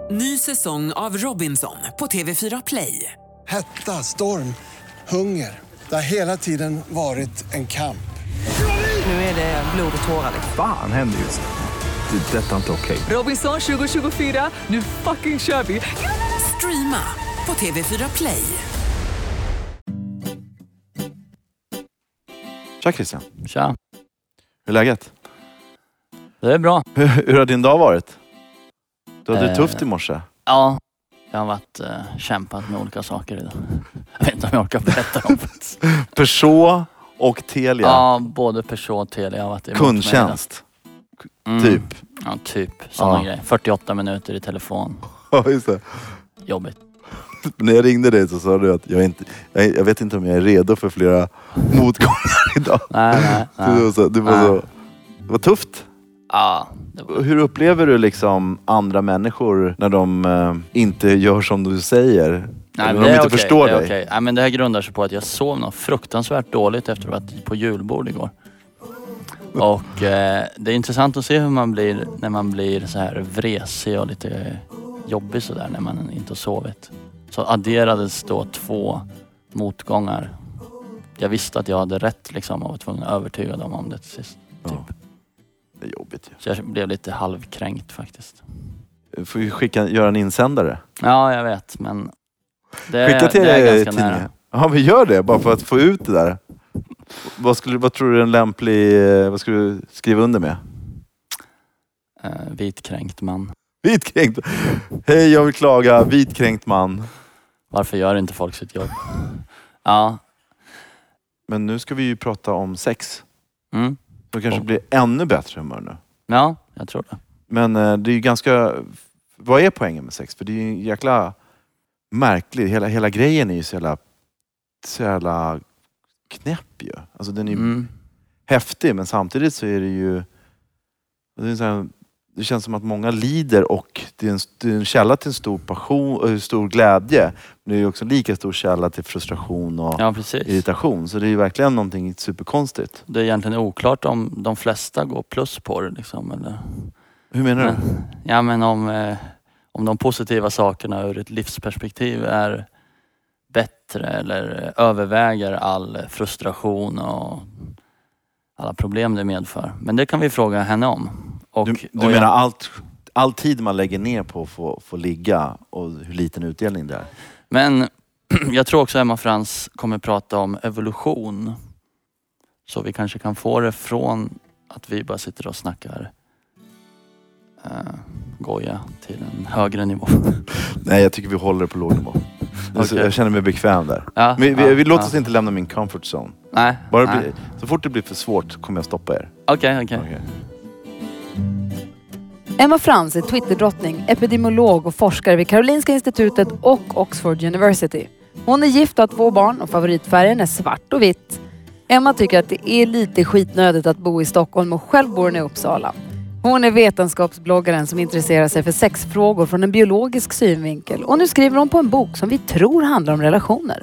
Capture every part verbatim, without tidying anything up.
Ny säsong av Robinson på T V fyra Play. Hetta, storm, hunger. Det har hela tiden varit en kamp. Nu är det blod och tårar. Fan händer just det. Det är detta inte okej. Robinson tjugo tjugofyra, nu fucking kör vi. Streama på T V fyra Play. Tja Christian. Tja. Hur är läget? Det är bra. Hur, hur har din dag varit? Du hade det Eh, tufft i morse. Ja, jag har varit eh, kämpat med olika saker idag. Jag vet inte om jag orkar berätta om det. Peugeot och Telia. Ja, både Peugeot och Telia har varit emot mig. Kundtjänst. Mm. Typ. Ja, typ. Sådana Ja. grejer. fyrtioåtta minuter i telefon. Ja, just det. Jobbigt. När jag ringde dig så sa du att jag, inte, jag, jag vet inte om jag är redo för flera motgångar idag. Nej, nej, nej. Det var, så, det var, Nej. så, det var tufft. Ja, det var... Hur upplever du liksom andra människor när de eh, inte gör som du säger? Nej, Eller men de det är inte okej, förstår det är dig? okej. Nej, men det här grundar sig på att jag sov något fruktansvärt dåligt efter att ha varit på julbord igår. Och eh, det är intressant att se hur man blir när man blir så här vresig och lite jobbig sådär när man inte har sovit. Så adderades då två motgångar. Jag visste att jag hade rätt liksom och var tvungen att övertyga dem om det till sist. Typ. Ja. Det är jobbigt ju. Så jag blev lite halvkränkt faktiskt. Får vi skicka, göra en insändare? Ja, jag vet, men det är, Skicka till det är ganska tidningen. nära. Ja, vi gör det bara för att få ut det där. Vad, skulle, vad tror du är en lämplig... Vad skulle du skriva under med? Uh, vitkränkt man. Vitkränkt. Hej, jag vill klaga. Vitkränkt man. Varför gör inte folk sitt jobb? Ja. Men nu ska vi ju prata om sex. Mm. Så kanske blir ännu bättre humör nu. Ja, jag tror det. Men eh, det är ju ganska... Vad är poängen med sex? För det är ju jäkla märkligt. Hela, hela grejen är ju så jävla, så jävla knäpp ju. Alltså den är ju Mm. häftig, men samtidigt så är det ju... Det, är så här, det känns som att många lider och det är en, det är en källa till en stor passion och stor glädje. Men det är ju också lika stor källa till frustration och Ja, precis. irritation. Så det är ju verkligen någonting superkonstigt. Det är egentligen oklart om de flesta går plus på det liksom, eller... Hur menar du? Men, ja, men om, eh, om de positiva sakerna ur ett livsperspektiv är bättre eller överväger all frustration och alla problem det medför. Men det kan vi fråga henne om. Och, Du, du och menar jag, allt, all tid man lägger ner på att få, få ligga och hur liten utdelning det är? Men jag tror också Emma Frans kommer prata om evolution. Så vi kanske kan få det från att vi bara sitter och snackar uh, goja till en högre nivå. Nej, jag tycker vi håller det på låg nivå. Okay. Jag känner mig bekväm där. Ja, Men vi, ja, vi låter ja. oss inte lämna min comfort zone. Nej, Bara nej. bli, så fort det blir för svårt kommer jag stoppa er. Okej, okej. Okej. Emma Frans är Twitterdrottning, epidemiolog och forskare vid Karolinska institutet och Oxford University. Hon är gift och har två barn och favoritfärgen är svart och vitt. Emma tycker att det är lite skitnödigt att bo i Stockholm och själv bor hon i Uppsala. Hon är vetenskapsbloggaren som intresserar sig för sexfrågor från en biologisk synvinkel. Och nu skriver hon på en bok som vi tror handlar om relationer.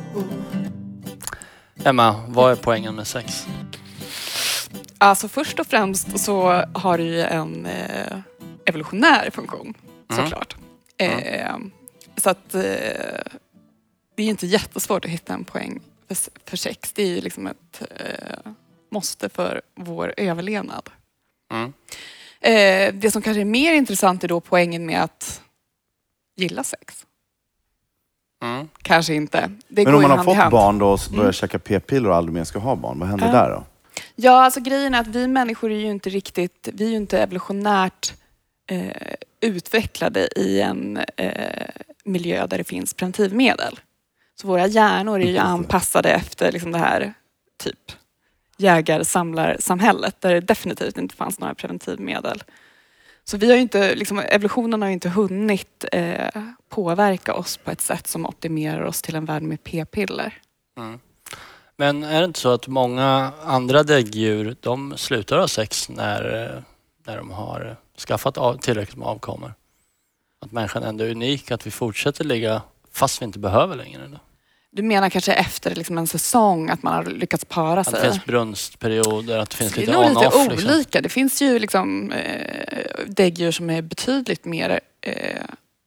Emma, vad är poängen med sex? Alltså först och främst så har det ju en eh, evolutionär funktion, Mm. såklart. Eh, så att eh, det är inte jättesvårt att hitta en poäng för, för sex. Det är ju liksom ett eh, måste för vår överlevnad. Mm. Eh, det som kanske är mer intressant är då poängen med att gilla sex. Mm. Kanske inte. Det Men går om man ju har hand i fått hand. barn då och börjar Mm. käka p-piller och aldrig mer ska ha barn, vad händer Ja. där då? Ja, alltså grejen är att vi människor är ju inte riktigt, vi är ju inte evolutionärt eh, utvecklade i en eh, miljö där det finns preventivmedel. Så våra hjärnor är ju anpassade efter liksom det här typ jägar-samlar-samhället där det definitivt inte fanns några preventivmedel. Så vi har ju inte, liksom, evolutionen har ju inte hunnit eh, påverka oss på ett sätt som optimerar oss till en värld med p-piller. Mm. Men är det inte så att många andra däggdjur, de slutar ha sex när, när de har skaffat av, tillräckligt med avkommor? Att människan ändå är unik, att vi fortsätter ligga fast vi inte behöver längre? Då? Du menar kanske efter liksom en säsong att man har lyckats para Att sig? det finns brunstperioder, att det finns Det är lite nog lite on-off. olika. Liksom. Det finns ju liksom eh, däggdjur som är betydligt mer eh,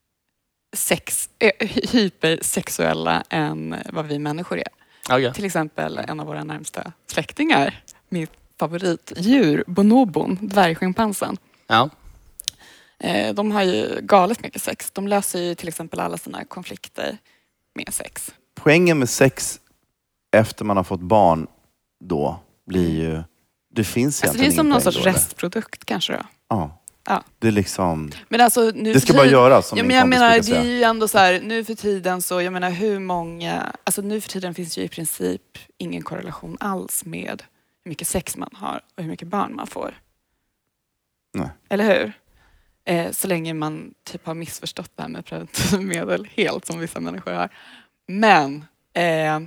sex, äh, hypersexuella än vad vi människor är. Okay. Till exempel en av våra närmsta släktingar, mitt favoritdjur, bonobon, dvärgschimpansen. Ja. Eh, de har ju galet mycket sex. De löser ju till exempel alla sina konflikter med sex. Poängen med sex efter man har fått barn då blir ju... Det finns alltså det är som någon sorts då, restprodukt kanske då. Ja. Ja. Det är liksom... Men alltså, nu det ska bara göras som ja, min men jag kompis menar, brukar säga. det är ju ändå så här, nu för tiden så, jag menar hur många, alltså nu för tiden finns ju i princip ingen korrelation alls med hur mycket sex man har och hur mycket barn man får. Nej. Eller hur? Eh, så länge man typ har missförstått det här med preventivmedel helt som vissa människor har. Men eh,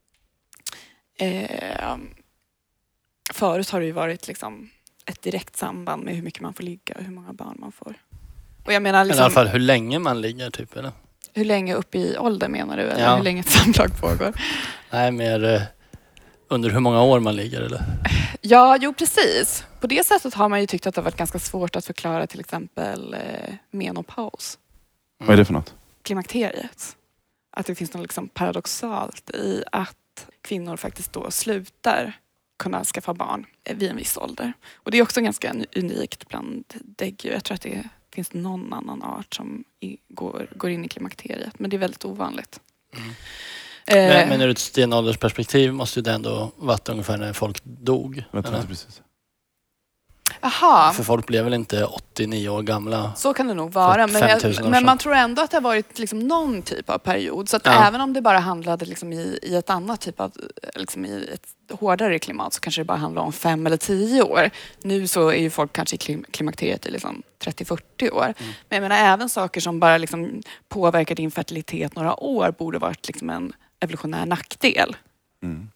eh, förut har det ju varit liksom ett direkt samband med hur mycket man får ligga och hur många barn man får. Och jag menar liksom, i alla fall hur länge man ligger typ, eller? Hur länge upp i ålder menar du? Eller ja. hur länge ett samlag pågår? Nej, mer eh, under hur många år man ligger, eller? Ja, jo precis. På det sättet har man ju tyckt att det har varit ganska svårt att förklara till exempel eh, menopaus. Mm. Vad är det för något? Klimakteriet. Att det finns något liksom paradoxalt i att kvinnor faktiskt då slutar kunna skaffa barn vid en viss ålder. Och det är också ganska unikt bland däggdjur. Jag tror att det finns någon annan art som i, går, går in i klimakteriet. Men det är väldigt ovanligt. Mm. Eh, men, men ur ett stenåldersperspektiv måste ju det ändå varit ungefär när folk dog. Jag tror inte precis. Aha. För folk blev väl inte åttionio år gamla. Så kan det nog vara. Men, jag, men man tror ändå att det har varit liksom någon typ av period. Så att ja. även om det bara handlade liksom i, i ett annat typ av, liksom i ett hårdare klimat, så kanske det bara handlar om fem eller tio år. Nu så är ju folk kanske i klim, klimakteriet i liksom trettio till fyrtio år. Mm. Men jag menar även saker som bara liksom påverkar din fertilitet några år borde varit liksom en evolutionär nackdel. Mm.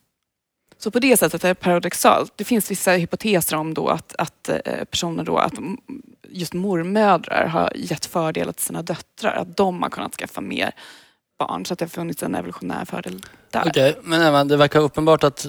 Så på det sättet är det paradoxalt. Det finns vissa hypoteser om då att, att personer då, att just mormödrar har gett fördelar till sina döttrar. Att de har kunnat skaffa mer barn. Så att det har funnits en evolutionär fördel där. Okej, okay, men även, det verkar uppenbart att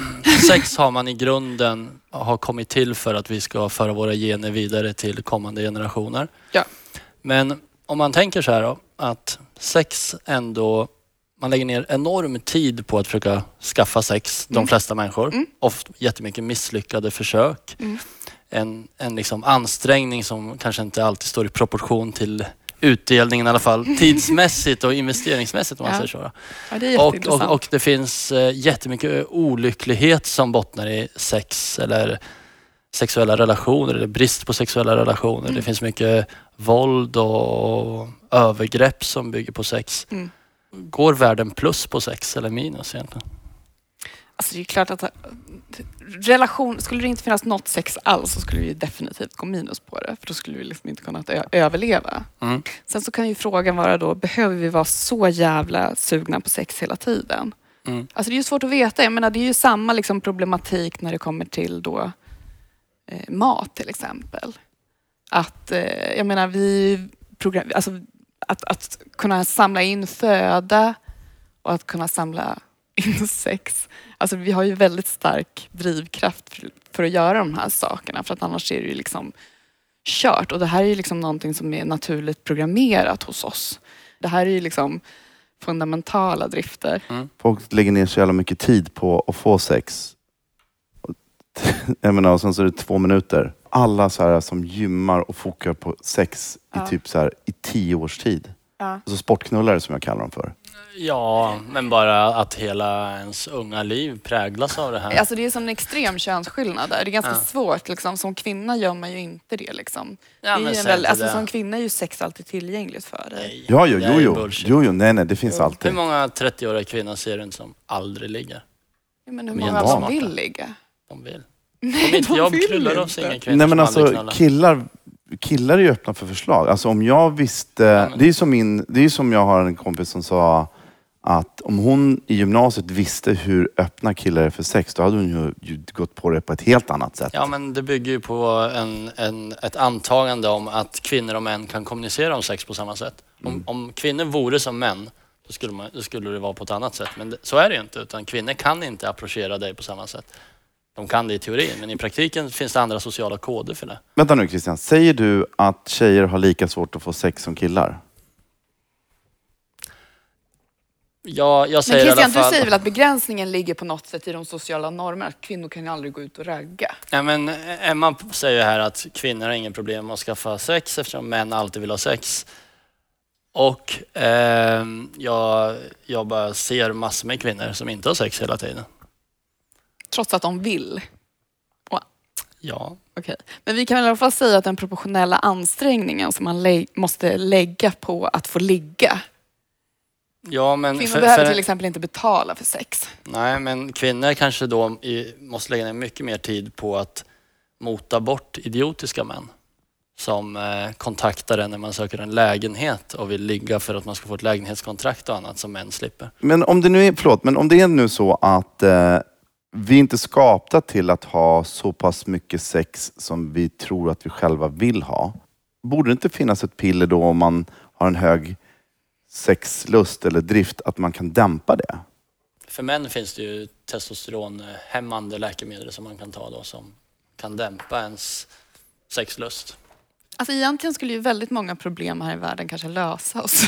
sex har man i grunden har kommit till för att vi ska föra våra gener vidare till kommande generationer. Ja. Men om man tänker så här då, att sex ändå... Man lägger ner enorm tid på att försöka skaffa sex, de mm. flesta människor. Mm. Ofta jättemycket misslyckade försök. Mm. En, en liksom ansträngning som kanske inte alltid står i proportion till utdelningen i alla fall. Tidsmässigt och investeringsmässigt om man ja. säger så. Ja, det är och, och, och det finns jättemycket olycklighet som bottnar i sex eller sexuella relationer eller brist på sexuella relationer. Mm. Det finns mycket våld och övergrepp som bygger på sex. Mm. Går världen plus på sex eller minus egentligen? Alltså det är klart att relation, skulle det inte finnas något sex alls så skulle vi definitivt gå minus på det. För då skulle vi liksom inte kunna ö- överleva. Mm. Sen så kan ju frågan vara då, behöver vi vara så jävla sugna på sex hela tiden? Mm. Alltså det är ju svårt att veta. Jag menar det är ju samma liksom problematik när det kommer till då eh, mat till exempel. Att eh, jag menar vi program, alltså Att, att kunna samla in föda och att kunna samla in sex. Alltså vi har ju väldigt stark drivkraft för, för att göra de här sakerna. För att annars är det ju liksom kört. Och det här är ju liksom någonting som är naturligt programmerat hos oss. Det här är ju liksom fundamentala drifter. Mm. Folk lägger ner så jävla mycket tid på att få sex. Jag menar, och sen så är det två minuter. Alla så här som gymmar och fokar på sex ja. i typ så här i tio års tid. Ja. Alltså sportknullare som jag kallar dem för. Ja, men bara att hela ens unga liv präglas av det här. Alltså det är som en extrem könsskillnad där. Det är ganska ja. svårt liksom. Som kvinna gör man ju inte det liksom. Ja, det är en väl, alltså, som kvinna är ju sex alltid tillgängligt för dig. Ja, jo, jo, jo. jo, jo nej, nej, det finns jo. alltid. Hur många trettioåriga kvinnor ser du inte som aldrig ligger? Ja, men hur många som vill ligga? De vill. Nej, de mitt de jobb vill krullar av inte. kvinnor Nej men alltså killar, killar är ju öppna för förslag. Alltså om jag visste, ja, men... det är ju som min, det är som jag har en kompis som sa att om hon i gymnasiet visste hur öppna killar är för sex, då hade hon ju, ju gått på det på ett helt annat sätt. Ja men det bygger ju på en, en, ett antagande om att kvinnor och män kan kommunicera om sex på samma sätt. Mm. Om, om kvinnor vore som män, då skulle, man, då skulle det vara på ett annat sätt. Men det, så är det ju inte, utan kvinnor kan inte approchera dig på samma sätt. De kan det i teorin, men i praktiken finns det andra sociala koder för det. Vänta nu Christian, säger du att tjejer har lika svårt att få sex som killar? Ja, jag säger Men Christian, i alla fall... du säger väl att begränsningen ligger på något sätt i de sociala normerna? Att kvinnor kan ju aldrig gå ut och ragga. Ja, men Emma säger här att kvinnor har ingen problem med att skaffa sex eftersom män alltid vill ha sex. Och eh, jag, jag bara ser massor med kvinnor som inte har sex hela tiden. Trots att de vill? Wow. Ja. Okej. Men vi kan väl i alla fall säga att den proportionella ansträngningen som man lä- måste lägga på att få ligga. Ja, men Kvinnor för, behöver för, till exempel inte betala för sex. Nej, men kvinnor kanske då i, måste lägga ner mycket mer tid på att mota bort idiotiska män som eh, kontaktar en när man söker en lägenhet och vill ligga för att man ska få ett lägenhetskontrakt och annat som män slipper. Men om det nu är, förlåt, men om det är nu så att eh, vi inte är skapta till att ha så pass mycket sex som vi tror att vi själva vill ha. Borde det inte finnas ett piller då om man har en hög sexlust eller drift att man kan dämpa det? För män finns det ju testosteronhämmande läkemedel som man kan ta då som kan dämpa ens sexlust. Alltså egentligen skulle ju väldigt många problem här i världen kanske lösas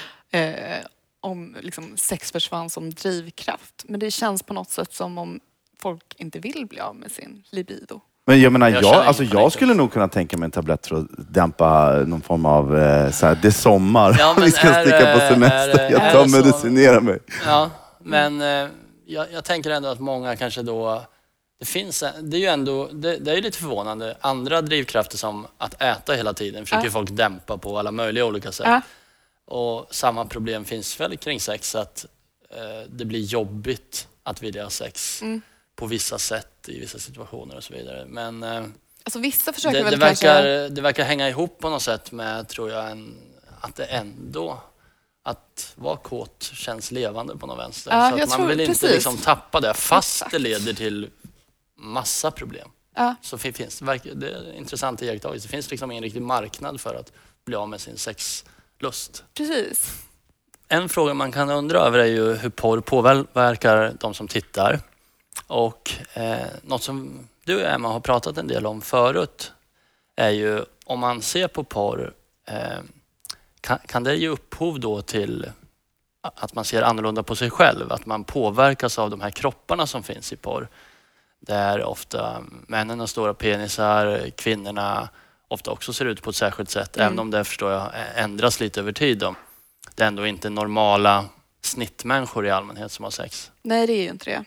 eh, om liksom sex försvann som drivkraft. Men det känns på något sätt som om folk inte vill bli av med sin libido. Men jag menar, Jag jag, känner alltså inte jag riktigt. skulle nog kunna tänka mig en tablett för att dämpa någon form av eh, så här, det är sommar. Ja, men vi ska är sticka det- på semester. är det- jag är tar det och så- medicinerar mig. Ja, men eh, jag, jag tänker ändå att många kanske då... Det finns, det är ju ändå, det, det är ju lite förvånande. Andra drivkrafter som att äta hela tiden försöker Ja. folk dämpa på alla möjliga olika sätt. Ja. Och samma problem finns väl kring sex, att eh, det blir jobbigt att vilja ha sex Mm. på vissa sätt i vissa situationer och så vidare. Men eh, Alltså vissa försöker det, väl det, kanske... verkar, det verkar hänga ihop på något sätt med, tror jag, en, att det ändå... Att vara kåt känns levande på något vänster. Ja, så jag att man tror- vill inte precis. liksom tappa det fast Exakt. det leder till massa problem. Ja. Så fin- finns det, verkar- det är en intressant iakttagelse. Det finns liksom ingen riktig marknad för att bli av med sin sexlust. Precis. En fråga man kan undra över är ju hur porr påverkar de som tittar. Och eh, något som du och Emma har pratat en del om förut är ju om man ser på porr, eh, kan, kan det ge upphov då till att man ser annorlunda på sig själv? Att man påverkas av de här kropparna som finns i porr. Där ofta männen har stora penisar, kvinnorna ofta också ser ut på ett särskilt sätt. Mm. Även om det, förstår jag, ändras lite över tid. Då. Det är ändå inte normala snittmänniskor i allmänhet som har sex. Nej, det är ju inte det.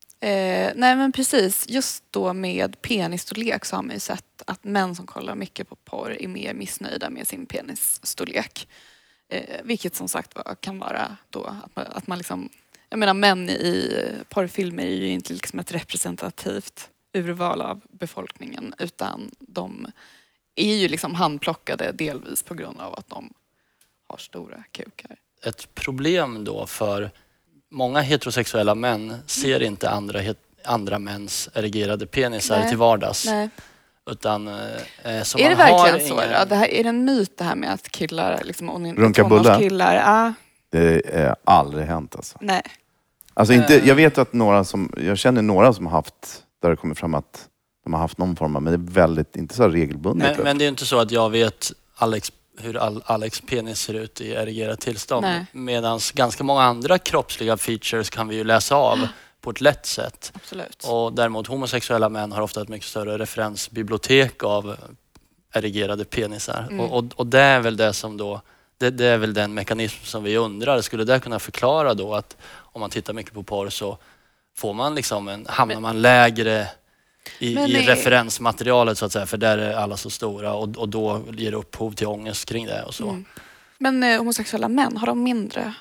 Eh, nej, men precis. Just då med penisstorlek så har man ju sett att män som kollar mycket på porr är mer missnöjda med sin penisstorlek. Eh, vilket som sagt var kan vara då att man, att man liksom... Jag menar, män i porrfilmer är ju inte liksom ett representativt urval av befolkningen, utan de är ju liksom handplockade delvis på grund av att de har stora kukar. Ett problem då för många heterosexuella män ser inte andra, het, andra mäns erigerade penisar Nej. till vardags. Nej. Utan, eh, så Är det man har verkligen så? ingen- Då? Det här, är det en myt det här med att killar, liksom, on- Runka bulle? tonårskillar, ja, Det är aldrig hänt alltså. nej. Alltså inte, Eh. jag vet att några som, jag känner några som har haft, där det kommer fram att de har haft någon form av, men det är väldigt, inte så regelbundet. Men, men det är inte så att jag vet Alex, hur all, Alex penis ser ut i erigerat tillstånd. Nej. Medan ganska många andra kroppsliga features kan vi ju läsa av på ett lätt sätt. Absolut. Och däremot homosexuella män har ofta ett mycket större referensbibliotek av erigerade penisar. Mm. Och, och, och det är väl det som då, det, det är väl den mekanism som vi undrar. Skulle det kunna förklara då att om man tittar mycket på porr så får man liksom en, hamnar man lägre i, Men i det- referensmaterialet så att säga, för där är alla så stora och, och då ger det upphov till ångest kring det och så. Mm. Men eh, homosexuella män, har de mindre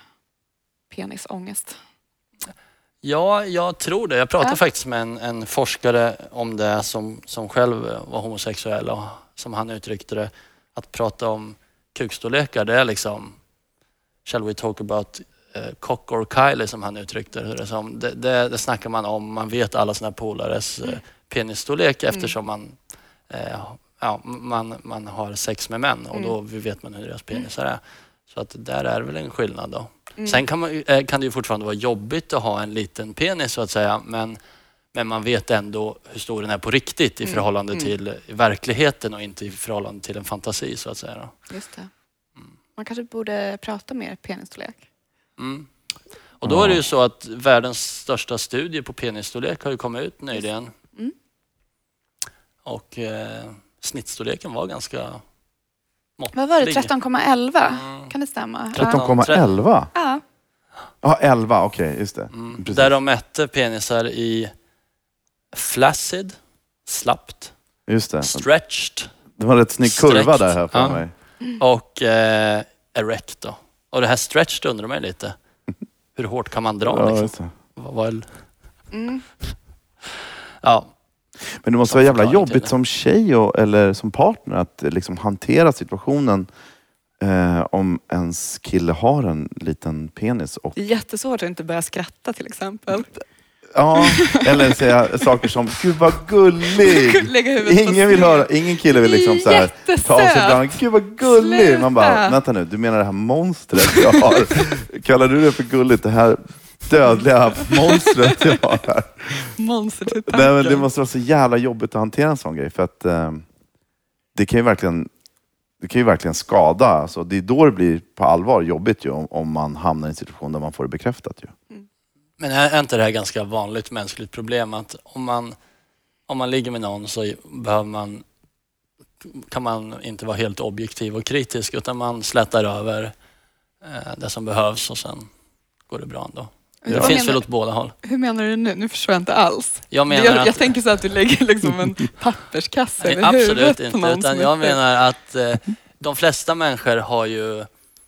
penisångest? Ja, jag tror det. Jag pratade Ja. faktiskt med en, en forskare om det som, som själv var homosexuell och som han uttryckte det. Att prata om kukstorlekar, det är liksom shall we talk about uh, cock or Kylie som han uttryckte det som. Det, det, det snackar man om, man vet alla sina polares uh, penisstorlek Mm. eftersom man, uh, ja, man, man har sex med män och Mm. då vet man hur deras penisar är. Så att där är väl en skillnad då. Mm. Sen kan, man, ju- eh, kan det ju fortfarande vara jobbigt att ha en liten penis så att säga, men, men man vet ändå hur stor den är på riktigt i Mm. förhållande Mm. till verkligheten och inte i förhållande till en fantasi så att säga. Då. Just det. Man kanske borde prata mer penisstorlek. Mm. Och då är det ju så att världens största studie på penisstorlek har ju kommit ut nyligen. Mm. Och eh, snittstorleken var ganska måttlig. Vad var det? tretton komma elva? Mm. Kan det stämma? tretton komma elva? Ja. Ja, elva, okej, okay, just det. Mm. Där de mätte penisar i flaccid, slappt, just det. stretched. Det var en rätt snygg kurva där här för ja. mig. Och eh, erect då. Och det här stretched undrar mig lite. Hur hårt kan man dra? Ja, liksom? Vad, vad... Mm. Ja. Men det måste vara jävla jobbigt som tjej och, eller som partner att liksom hantera situationen eh, om ens kille har en liten penis. Och... Det är jättesvårt att inte börja skratta till exempel. Ja, eller säga saker som gud vad gullig. Ingen vill höra, ingen kille vill liksom så här ta av sig ibland. Gud vad gullig. Sluta. Man bara, vänta nu, du menar det här monstret jag har. Kallar du det för gulligt? Det här dödliga monstret jag har här. Monstret i Nej, men det måste vara så jävla jobbigt att hantera en sån grej. För att eh, det kan ju verkligen det kan ju verkligen skada. Alltså, det är då det blir på allvar jobbigt ju, om, om man hamnar i en situation där man får det bekräftat ju. Mm. Men är inte det här ganska vanligt mänskligt problem att om man, om man ligger med någon så behöver man, kan man inte vara helt objektiv och kritisk utan man slätar över eh, det som behövs och sen går det bra ändå. Det Ja. finns menar, väl åt båda håll. Hur menar du nu? Nu förstår jag inte alls. Jag, menar jag, att, jag tänker så att du lägger liksom en papperskasse nej, över huvudet absolut på inte, någon utan jag menar att eh, de flesta människor har ju,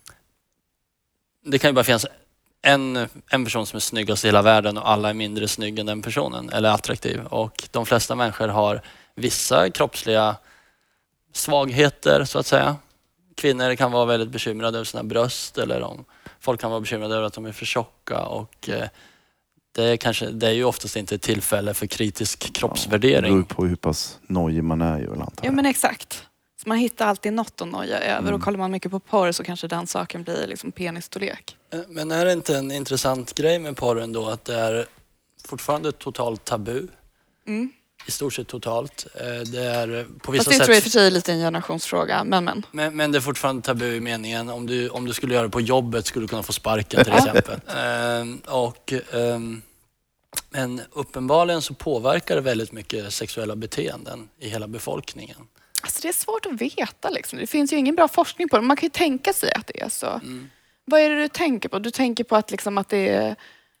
det kan ju bara finnas en, en person som är snyggast i hela världen och alla är mindre snygga än den personen eller attraktiv. Och de flesta människor har vissa kroppsliga svagheter så att säga. Kvinnor kan vara väldigt bekymrade över sina bröst eller om folk kan vara bekymrade över att de är för tjocka och eh, det, är kanske, det är ju oftast inte ett tillfälle för kritisk kroppsvärdering. Det beror på hur pass nojig man är ju, antar jag. Ja men exakt. Så man hittar alltid något att noja över Mm. och kollar man mycket på porr så kanske den saken blir liksom penisstorlek. Men är det inte en intressant grej med porren då att det är fortfarande totalt tabu? Mm. I stort sett totalt. Det är på vissa Fast det sätt... tror jag i och för sig är lite en generationsfråga, men men. Men, men det är fortfarande tabu i meningen. Om du, om du skulle göra det på jobbet skulle du kunna få sparken till exempel. ehm, och, ehm, men uppenbarligen så påverkar det väldigt mycket sexuella beteenden i hela befolkningen. Alltså det är svårt att veta liksom. Det finns ju ingen bra forskning på det. Man kan ju tänka sig att det är så. Mm. Vad är det du tänker på? Du tänker på att, liksom, att det är...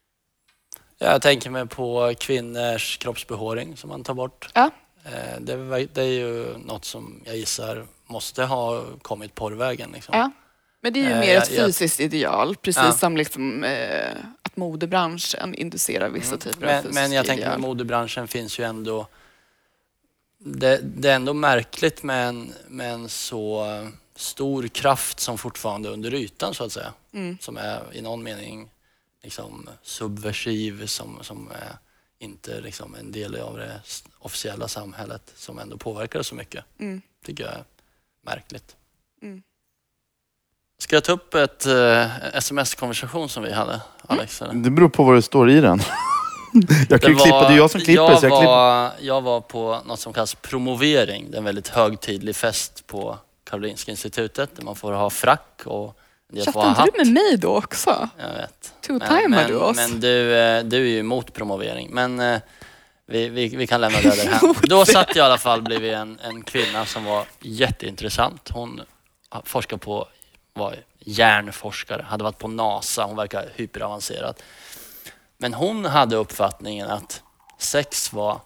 Jag tänker mig på kvinnors kroppsbehåring som man tar bort. Ja. Det är, det är ju något som jag gissar måste ha kommit porrvägen. Liksom. Ja. Men det är ju Eh, mer ett jag- fysiskt ideal. Precis Ja. som liksom, eh, att modebranschen inducerar vissa typer av Men, fysiska men jag tänker ideal. med modebranschen finns ju ändå... Det, det är ändå märkligt med en, med en så stor kraft som fortfarande är under ytan så att säga. Mm. Som är i någon mening liksom subversiv, som, som är inte liksom en del av det officiella samhället som ändå påverkar det så mycket. Mm. Tycker jag är märkligt. Mm. Ska jag ta upp ett eh, sms-konversation som vi hade, Alex? Eller? Det beror på vad det står i den. Jag kan ju klippa, det är jag som klipper. jag, så jag, klipper. var, jag var på något som kallas promovering. Det är en väldigt högtidlig fest på Karolinska institutet där man får ha frack och en del får ha Chattar hatt. inte du med mig då också? Jag vet. Two-timar men, du oss? Men du, eh, du är ju emot promovering. Men eh, vi, vi, vi kan lämna det där. Då satt jag i alla fall bredvid en, en kvinna som var jätteintressant. Hon forskar på, var hjärnforskare, hade varit på NASA. Hon verkar hyperavancerad. Men hon hade uppfattningen att sex var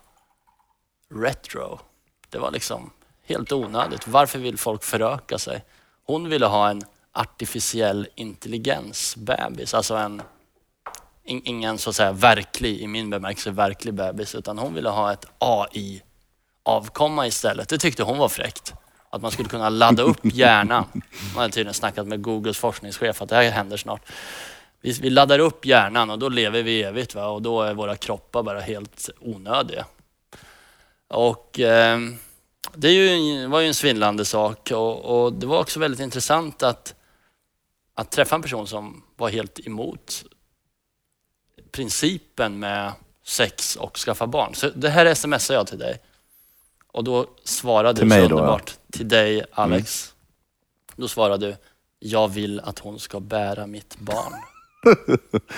retro. Det var liksom helt onödigt. Varför vill folk föröka sig? Hon ville ha en artificiell intelligensbebis. Alltså en, ingen så att säga verklig, i min bemärkelse verklig bebis. Utan hon ville ha ett A I-avkomma istället. Det tyckte hon var fräckt. Att man skulle kunna ladda upp hjärnan. Man hade tydligen snackat med Googles forskningschef att det här händer snart. Vi, vi laddar upp hjärnan och då lever vi evigt, va? Och då är våra kroppar bara helt onödiga. Och eh, det är ju, var ju en svindlande sak och, och det var också väldigt intressant att, att träffa en person som var helt emot principen med sex och skaffa barn. Så det här smsade jag till dig och då svarade Till du så mig då, underbart till dig, Alex. Mm. Då svarade du: jag vill att hon ska bära mitt barn.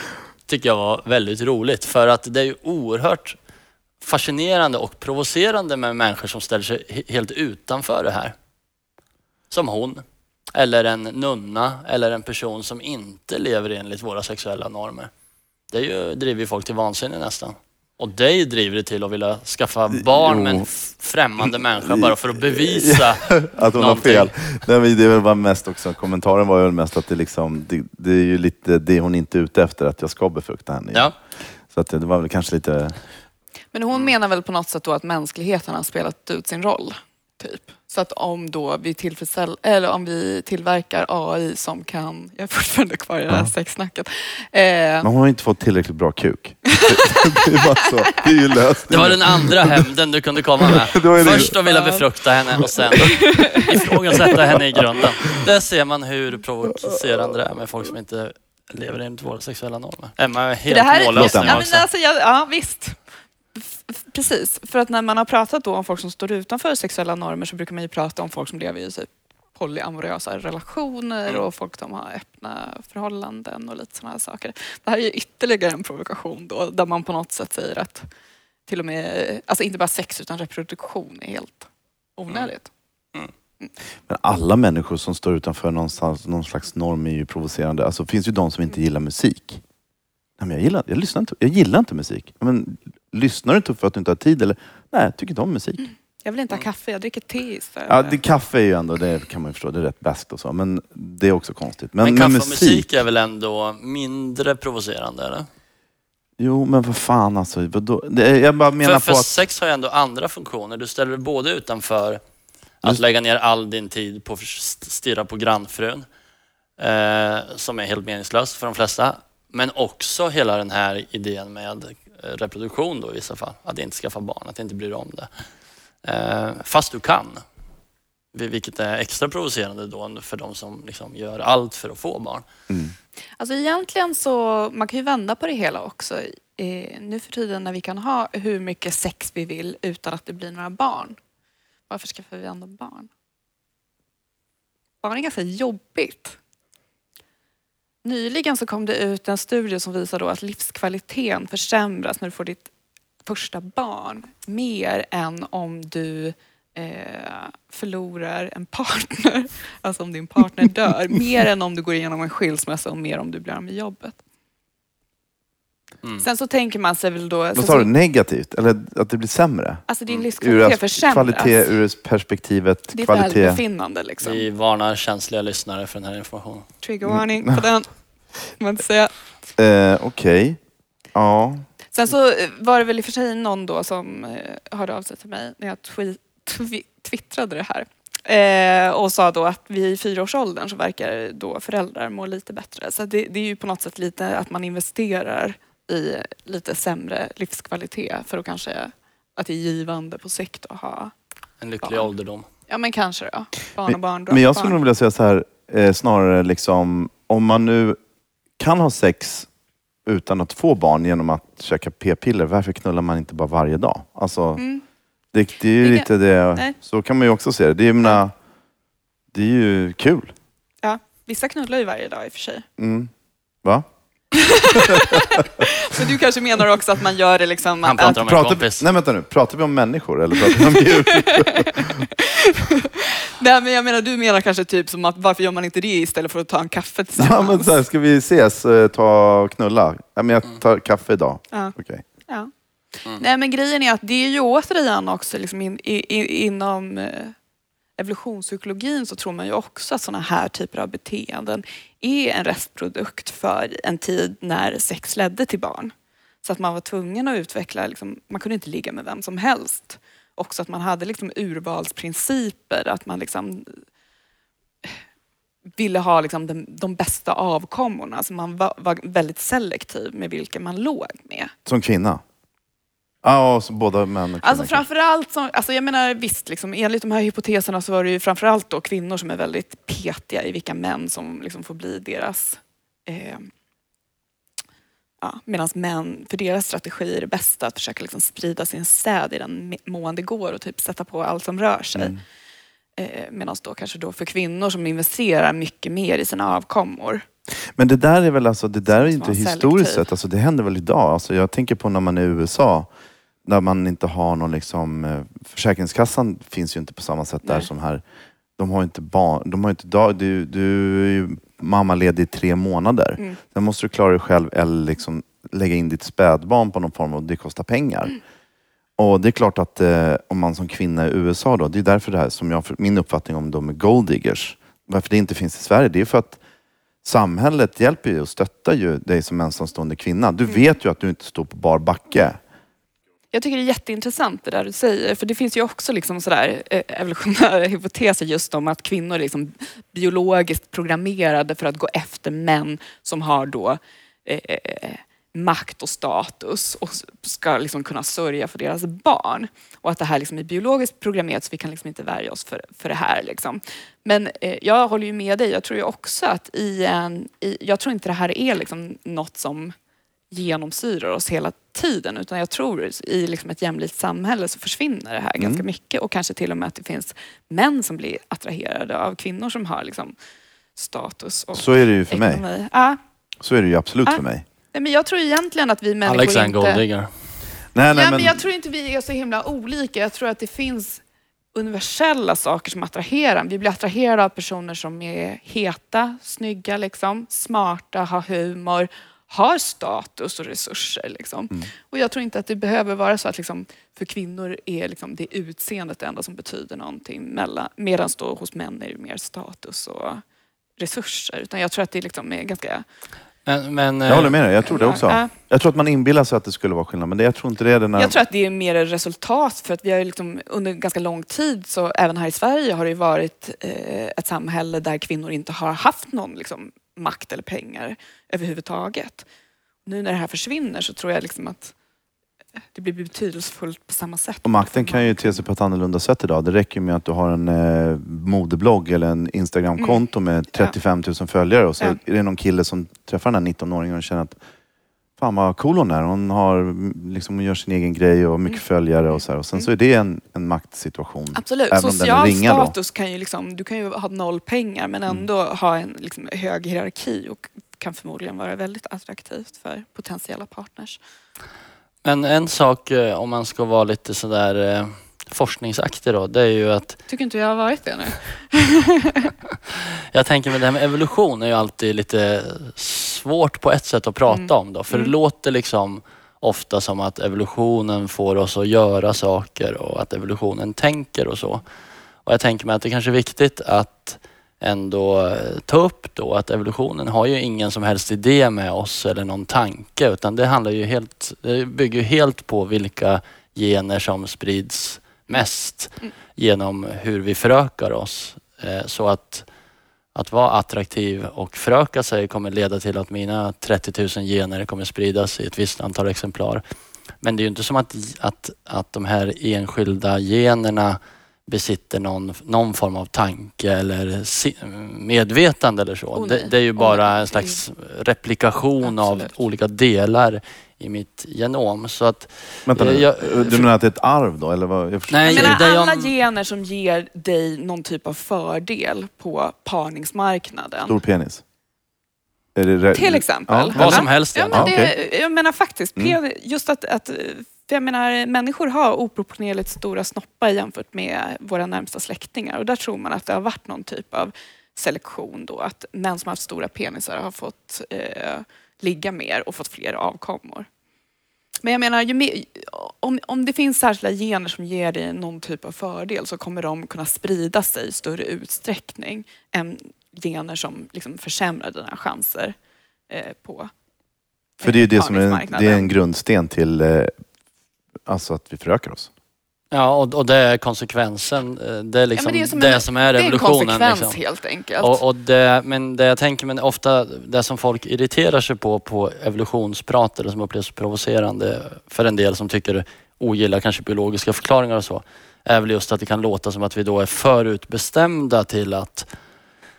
tycker jag var väldigt roligt. För att det är ju oerhört fascinerande och provocerande med människor som ställer sig helt utanför det här. Som hon. Eller en nunna. Eller en person som inte lever enligt våra sexuella normer. Det är ju, driver ju folk till vansinne nästan. Och dig driver det till att vilja skaffa barn jo. med en främmande människa bara för att bevisa att hon någonting. har fel. Nej, men det var mest också, kommentaren var ju mest att det liksom, det, det är ju lite det hon inte är ute efter, att jag ska befrukta henne. Ja. Så att det, det var väl kanske lite... Men hon menar väl på något sätt då att mänskligheten har spelat ut sin roll, typ. Så att om då vi tillfredsställer, eller om vi tillverkar A I som kan, jag är fortfarande kvar i det här ja. sexsnacket. Eh, Men hon har inte fått tillräckligt bra kuk. det, var så. Det är ju löst. Det var den andra hämnden du kunde komma med. Först att vilja befrukta henne och sen ifrågasätta henne i grunden. Där ser man hur provocerande det är med folk som inte lever enligt våra sexuella normer. Emma är helt det här, mållös ja, nu men också. alltså, ja, ja, visst. F- precis. För att när man har pratat då om folk som står utanför sexuella normer så brukar man ju prata om folk som lever i typ polyamorösa relationer och folk som har öppna förhållanden och lite sådana här saker. Det här är ju ytterligare en provokation då, där man på något sätt säger att till och med, alltså inte bara sex utan reproduktion är helt onödigt. Mm. Mm. Men alla människor som står utanför någonstans, någon slags norm är ju provocerande. Alltså finns ju de som inte gillar musik. Nej, men jag gillar, jag lyssnar inte, jag gillar inte musik. Men lyssnar du inte för att du inte har tid? Eller? Nej, jag tycker inte om musik. Mm. Jag vill inte ha kaffe, jag dricker te istället. Ja, det, kaffe är ju ändå, det kan man ju förstå, det är rätt bäst och så. Men det är också konstigt. Men, men kaffe och musik, musik är väl ändå mindre provocerande, eller? Jo, men vad fan alltså. Vadå? Det, jag bara menar för, på för att... sex har ju ändå andra funktioner. Du ställer dig både utanför att Just... lägga ner all din tid på att stirra på grannfrun. Eh, som är helt meningslöst för de flesta. Men också hela den här idén med reproduktion då i vissa fall. Att inte skaffa barn, att inte bry dig om det. Eh, fast du kan. Vilket är extra provocerande då för de som liksom gör allt för att få barn. Mm. Alltså egentligen så, man kan ju vända på det hela också. Eh, nu för tiden när vi kan ha hur mycket sex vi vill utan att det blir några barn. Varför skaffar vi ändå barn? Barn är ganska jobbigt. Nyligen så kom det ut en studie som visar då att livskvaliteten försämras när du får ditt första barn mer än om du eh, förlorar en partner. Alltså om din partner dör. Mer än om du går igenom en skilsmässa och mer om du blir av med jobbet. Mm. Sen så tänker man sig väl då... Vad sa du? Negativt? Eller att det blir sämre? Alltså din livskvalitet försämras. Kvalitet ur perspektivet. Ditt kvalitet. välbefinnande liksom. Vi varnar känsliga lyssnare för den här informationen. Triggervarning på den. Man inte säga. Eh, Okej. Okay. Ja. Sen så var det väl i och för sig någon då som eh, hörde av sig till mig när jag twi- twi- twittrade det här. Eh, och sa då att vid fyraårsåldern så verkar då föräldrar må lite bättre. Så det, det är ju på något sätt lite att man investerar i lite sämre livskvalitet för att kanske att det är givande på sikt att ha en lycklig barn. Ålderdom. Ja men kanske då. Barn och barn. Men jag skulle nog vilja säga så här, eh, snarare liksom om man nu kan ha sex utan att få barn genom att käka p-piller, varför knullar man inte bara varje dag? Alltså, mm. det, det är ju det lite det, nej. Så kan man ju också se det. Det är, jag menar, det är ju kul. Ja, vissa knullar ju varje dag i och för sig. Mm. Va? Så du kanske menar också att man gör det liksom... Han pratar om en kompis. Nej, vänta nu. Pratar vi om människor eller pratar vi om djur? Nej, men jag menar, du menar kanske typ som att varför gör man inte det istället för att ta en kaffe tillsammans? Ja, men så här, ska vi ses, ta och knulla? Ja, men jag tar kaffe idag. Ja. Okay. Ja. Mm. Nej, men grejen är att det är ju återigen också liksom in, in, inom eh, evolutionspsykologin så tror man ju också att sådana här typer av beteenden är en restprodukt för en tid när sex ledde till barn. Så att man var tvungen att utveckla, liksom, man kunde inte ligga med vem som helst. Också att man hade liksom urvalsprinciper, att man liksom ville ha liksom de, de bästa avkommorna. Alltså man var, var väldigt selektiv med vilka man låg med. Som kvinna? Ja, och så båda män och Alltså framförallt, som, alltså jag menar visst, liksom, enligt de här hypoteserna så var det ju framförallt då kvinnor som är väldigt petiga i vilka män som liksom får bli deras... Eh, ja, medan män, för deras strategi är det bästa att försöka liksom sprida sin säd i den mån det går och typ sätta på allt som rör sig. Mm. Eh, medan då kanske då för kvinnor som investerar mycket mer i sina avkommor. Men Men det där är väl alltså, det där är inte vara historiskt selektiv. sett. Alltså det händer väl idag. Alltså jag tänker på när man är i U S A. Där man inte har någon liksom... eh, Försäkringskassan finns ju inte på samma sätt där Nej. som här. De har inte barn. De har inte dag, du, du är ju mammaledig i tre månader. Mm. Sen måste du klara dig själv eller liksom lägga in ditt spädbarn på någon form och det kostar pengar. Mm. Och det är klart att eh, om man som kvinna i U S A då, det är därför det här som jag, min uppfattning om de är gold diggers. Varför det inte finns i Sverige, det är för att samhället hjälper ju och stöttar ju dig som ensamstående kvinna. Du vet ju att du inte står på bar backe. Jag tycker det är jätteintressant det där du säger. För det finns ju också liksom sådär eh, evolutionära hypoteser just om att kvinnor är liksom biologiskt programmerade för att gå efter män som har då eh, makt och status och ska liksom kunna sörja för deras barn. Och att det här liksom är biologiskt programmerat så vi kan liksom inte värja oss för, för det här. Liksom. Men eh, jag håller ju med dig. Jag tror ju också att i en... I, jag tror inte det här är liksom något som genomsyrar oss hela tiden. Utan jag tror i liksom ett jämlikt samhälle så försvinner det här Mm. ganska mycket. Och kanske till och med att det finns män som blir attraherade av kvinnor som har liksom status och Så är det ju för mig. ekonomi. Ja. Så är det ju absolut Ja. för mig. Nej, men jag tror egentligen att vi människor Alex är en inte... golddigger. Nej, nej, ja, men... men, jag tror inte vi är så himla olika. Jag tror att det finns universella saker som attraherar. Vi blir attraherade av personer som är heta, snygga, liksom, smarta, har humor, har status och resurser. Liksom. Mm. Och jag tror inte att det behöver vara så att liksom, för kvinnor är liksom, det utseendet det enda som betyder någonting. Mellan, medan då hos män är det mer status och resurser. Utan jag tror att det liksom är ganska... Men, men, jag håller med dig, jag tror det också. Ja. Jag tror att man inbillar sig att det skulle vara skillnad, men det, jag tror inte det är den här... Jag tror att det är mer ett resultat för att vi har ju liksom under ganska lång tid, så även här i Sverige har det ju varit eh, ett samhälle där kvinnor inte har haft någon liksom, makt eller pengar överhuvudtaget. Nu när det här försvinner så tror jag liksom att det blir betydelsefullt på samma sätt. Och makten kan ju te sig på ett annorlunda sätt idag. Det räcker med att du har en eh, modeblogg eller en Instagram-konto Mm. med trettiofem tusen följare och så Ja. är det någon kille som träffar den här nittonåringen och känner att fan vad cool hon är. Hon har liksom, hon gör sin egen grej och mycket Mm. följare och så här. Och sen Mm. så är det en, en maktsituation. Absolut. Även om den är Social ringa då. status kan ju liksom, du kan ju ha noll pengar men ändå ha en liksom, hög hierarki och kan förmodligen vara väldigt attraktivt för potentiella partners. men en sak eh, om man ska vara lite sådär eh, forskningsaktig då, det är ju att Tycker inte jag har varit det nu? jag tänker med det här med evolution är ju alltid lite svårt på ett sätt att prata Mm. om då. För Mm. det låter liksom ofta som att evolutionen får oss att göra saker och att evolutionen tänker och så. Och jag tänker mig att det kanske är viktigt att ändå eh, ta upp då att evolutionen har ju ingen som helst idé med oss eller någon tanke, utan det handlar ju helt, det bygger ju helt på vilka gener som sprids mest Mm. genom hur vi förökar oss. Eh, Så att, att vara attraktiv och föröka sig kommer leda till att mina trettio tusen gener kommer spridas i ett visst antal exemplar. Men det är ju inte som att, att, att de här enskilda generna besitter någon, någon form av tanke eller si, medvetande eller så. Oh, det, nej. det är ju bara Oh, nej. en slags replikation Absolut. av olika delar i mitt genom. Så att, Vänta nu, jag- du menar att det är ett arv då? Eller vad? Jag förstår. Nej, Jag menar det jag- alla gener som ger dig någon typ av fördel på parningsmarknaden. Stor penis? Är det re- Till exempel. vad som helst Ja, egentligen. men Ja, det, jag menar faktiskt, Mm. pen- just att, att för jag menar, människor har oproportionerligt stora snoppar jämfört med våra närmsta släktingar. Och där tror man att det har varit någon typ av selektion då. Att män som har haft stora penisar har fått eh, ligga mer och fått fler avkommor. Men jag menar, ju mer, om, om det finns särskilda gener som ger dig någon typ av fördel så kommer de kunna sprida sig i större utsträckning än gener som liksom försämrar dina chanser eh, på För det är ju det som är, parningsmarknaden. det är en grundsten till eh, alltså att vi förökar oss. Ja, och, och det är konsekvensen. eh, Det är liksom Ja, men det, som som, är, en- som är Det är en revolutionen. konsekvens Liksom. helt enkelt. Och, och det, men det jag tänker, men ofta det som folk irriterar sig på på evolutionsprat eller som upplevs provocerande för en del som tycker ogillar kanske biologiska förklaringar och så, är väl just att det kan låta som att vi då är förutbestämda till att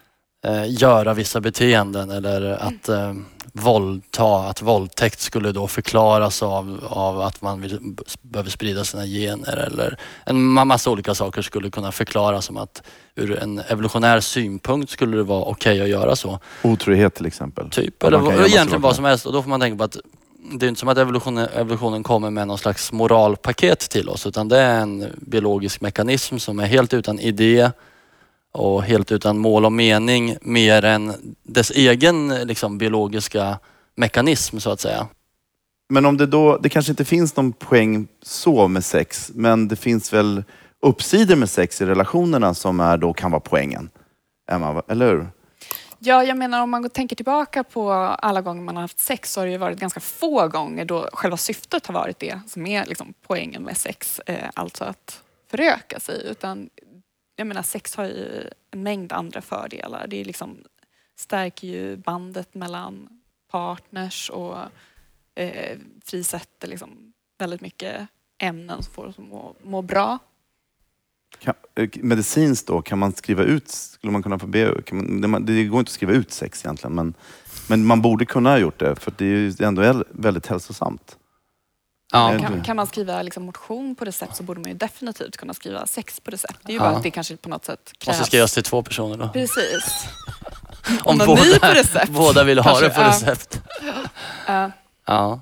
eh, göra vissa beteenden eller att eh, våldta, att våldtäkt skulle då förklaras av, av att man vill, behöver sprida sina gener eller en massa olika saker skulle kunna förklaras som att ur en evolutionär synpunkt skulle det vara okej att göra så. Otrohet till exempel. Typ, eller egentligen vad som helst. Och då får man tänka på att det är inte som att evolutionen, evolutionen kommer med någon slags moralpaket till oss, utan det är en biologisk mekanism som är helt utan idé och helt utan mål och mening mer än dess egen liksom, biologiska mekanism så att säga. Men om det då, det kanske inte finns någon poäng så med sex, men det finns väl uppsidor med sex i relationerna som är då kan vara poängen. Emma, eller hur? Ja, jag menar om man tänker tillbaka på alla gånger man har haft sex så har det ju varit ganska få gånger då själva syftet har varit det som är liksom poängen med sex, eh, alltså att föröka sig. Utan jag menar sex har ju en mängd andra fördelar. Det är liksom, stärker ju bandet mellan partners och eh, frisätter liksom väldigt mycket ämnen som får oss att må, må bra. Kan, medicinskt då, kan man skriva ut, skulle man kunna få be, kan man, det, det går inte att skriva ut sex egentligen, men, men man borde kunna ha gjort det, för det är ju ändå väldigt hälsosamt. Ja. Kan, kan man skriva liksom motion på recept så borde man ju definitivt kunna skriva sex på recept. Det är ju bara Ja. att det kanske på något sätt krävs. Måste skrivas till två personer då. Precis. Om Om båda, ni på recept. båda vill ha Kanske, det på ja. recept. Ja. Ja.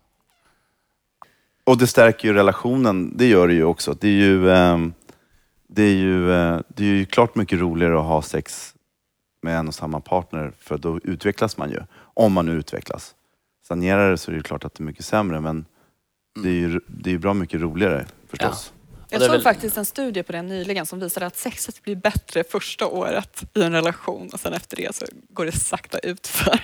Och det stärker ju relationen, det gör det ju också. Det är ju, eh, det är ju, eh, det är ju klart mycket roligare att ha sex med en och samma partner, för då utvecklas man ju. Om man nu utvecklas. Sanerar det så är det ju klart att det är mycket sämre, men det är ju, det är ju bra mycket roligare förstås. Jag det är såg väl- faktiskt en studie på det nyligen som visade att sexet blir bättre första året i en relation och sen efter det så går det sakta ut för.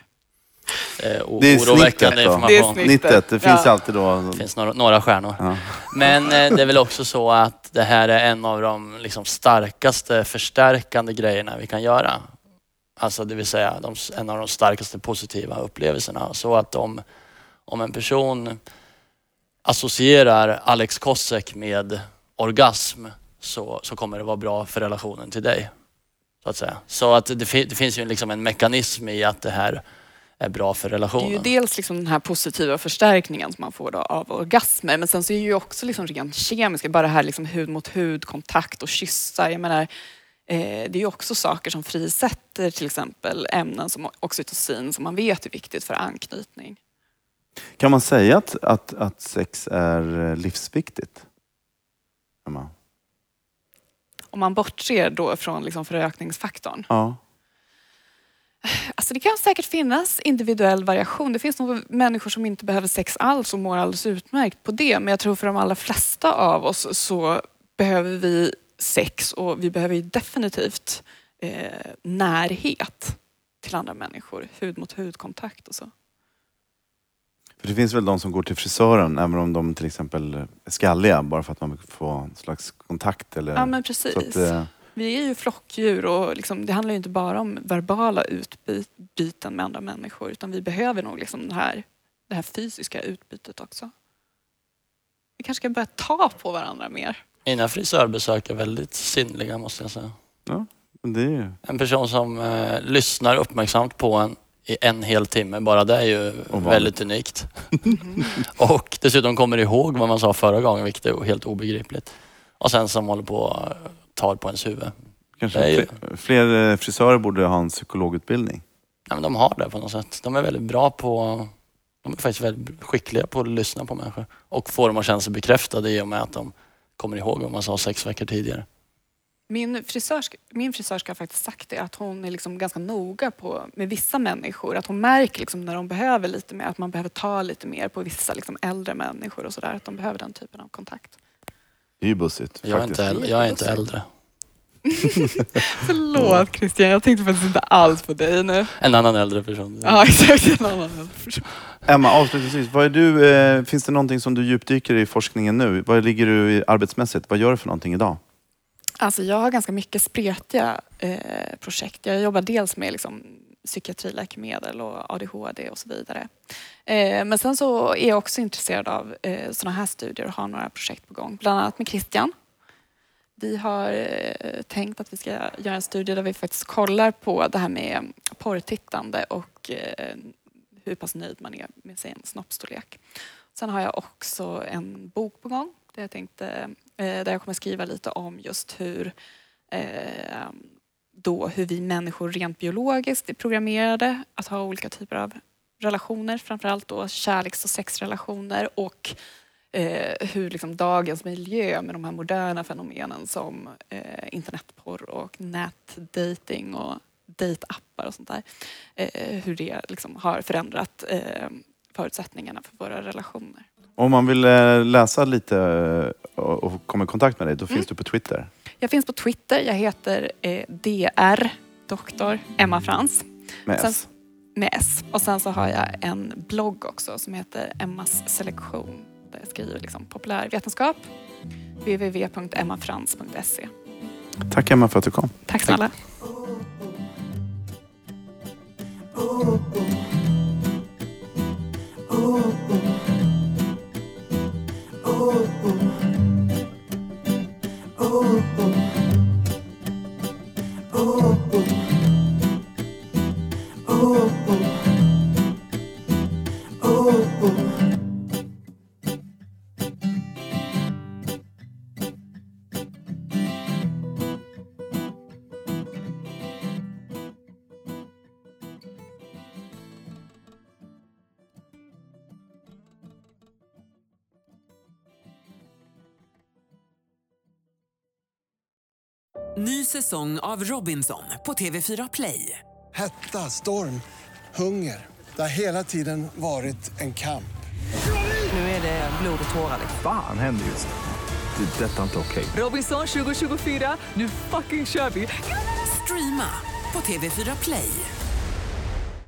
Eh, o- Det är oroväckande snittet då. information. Det är snitt. Snittet, det finns Ja. alltid då. Det finns några, några stjärnor. Ja. Men eh, det är väl också så att det här är en av de liksom, starkaste förstärkande grejerna vi kan göra. Alltså det vill säga de, en av de starkaste positiva upplevelserna. Så att om, om en person associerar Alex Kosek med orgasm så, så kommer det vara bra för relationen till dig. Så att säga. Så att det, fi- det finns ju liksom en mekanism i att det här är bra för Det är relationen. ju dels liksom den här positiva förstärkningen som man får då av orgasmer, men sen så är det ju också liksom rent kemiska, bara det här liksom hud mot hud, kontakt och kyssar. Jag menar, eh, det är ju också saker som frisätter till exempel ämnen som oxytocin som man vet är viktigt för anknytning. Kan man säga att, att, att sex är livsviktigt? Emma? Om man bortser då från liksom förökningsfaktorn. Ja. Alltså det kan säkert finnas individuell variation. Det finns nog människor som inte behöver sex alls och mår alldeles utmärkt på det. Men jag tror för de allra flesta av oss så behöver vi sex och vi behöver ju definitivt eh, närhet till andra människor. Hud mot hudkontakt och så. För det finns väl de som går till frisören även om de till exempel är skalliga, bara för att man får en slags kontakt. Eller, Ja men precis. så att, eh, Vi är ju flockdjur och liksom, det handlar ju inte bara om verbala utbyten med andra människor utan vi behöver nog liksom det, här, det här fysiska utbytet också. Vi kanske ska börja ta på varandra mer. Mina frisörbesök är väldigt sinnliga måste jag säga. ja, men det är ju... En person som eh, lyssnar uppmärksamt på en i en hel timme, bara det är ju Ovanligt. väldigt unikt. Och dessutom kommer ihåg vad man sa förra gången, vilket är helt obegripligt. Och sen som håller på och tar på ens huvud. Kanske Det är ju- fler, fler eh, frisörer borde ha en psykologutbildning. Ja, men de har det på något sätt. De är väldigt bra på... De är faktiskt väldigt skickliga på att lyssna på människor. Och får dem att känna sig bekräftade i och med att de kommer ihåg vad man sa sex veckor tidigare. Min frisörska, min frisörska har faktiskt sagt det, att hon är liksom ganska noga på, med vissa människor. Att hon märker liksom när de behöver lite mer, att man behöver ta lite mer på vissa liksom äldre människor och sådär. Att de behöver den typen av kontakt. Det är ju bussigt Jag är, faktiskt. inte, äl- jag är inte äldre. Förlåt Christian, jag tänkte faktiskt inte alls på dig nu. En annan äldre person. Ja exakt, en annan äldre person. Emma, avslutningsvis, vad är du, eh, finns det någonting som du djupdyker i forskningen nu? Vad ligger du i arbetsmässigt? Vad gör du för någonting idag? Alltså jag har ganska mycket spretiga eh, projekt. Jag jobbar dels med liksom, psykiatriläkemedel och A D H D och så vidare. Eh, men sen så är jag också intresserad av eh, sådana här studier och har några projekt på gång. Bland annat med Christian. Vi har eh, tänkt att vi ska göra en studie där vi faktiskt kollar på det här med porrtittande och eh, hur pass nöjd man är med sin snoppstorlek. Sen har jag också en bok på gång där jag tänkte, eh, där jag kommer skriva lite om just hur eh, då hur vi människor rent biologiskt är programmerade att ha olika typer av relationer, framförallt då kärleks- och sexrelationer, och eh, hur liksom dagens miljö med de här moderna fenomenen som eh, internetporr och nätdating och dejtappar och sånt där, eh, hur det liksom har förändrat eh, förutsättningarna för våra relationer. Om man vill läsa lite och komma i kontakt med dig, då mm. finns du på Twitter. Jag finns på Twitter. Jag heter eh, D R, doktor Emma Frans. Med sen, S. Med S. Och sen så har jag en blogg också som heter Emmas selektion. Där jag skriver liksom populärvetenskap. w w w punkt emma frans punkt se. Tack Emma för att du kom. Tack snälla. Ny säsong av Robinson på T V fyra Play. Hetta, storm, hunger. Det har hela tiden varit en kamp. Nu är det blod och tårar. Fan händer just det. Det är detta inte okej. Robinson tjugo tjugofyra, nu fucking kör vi. Streama på T V fyra Play.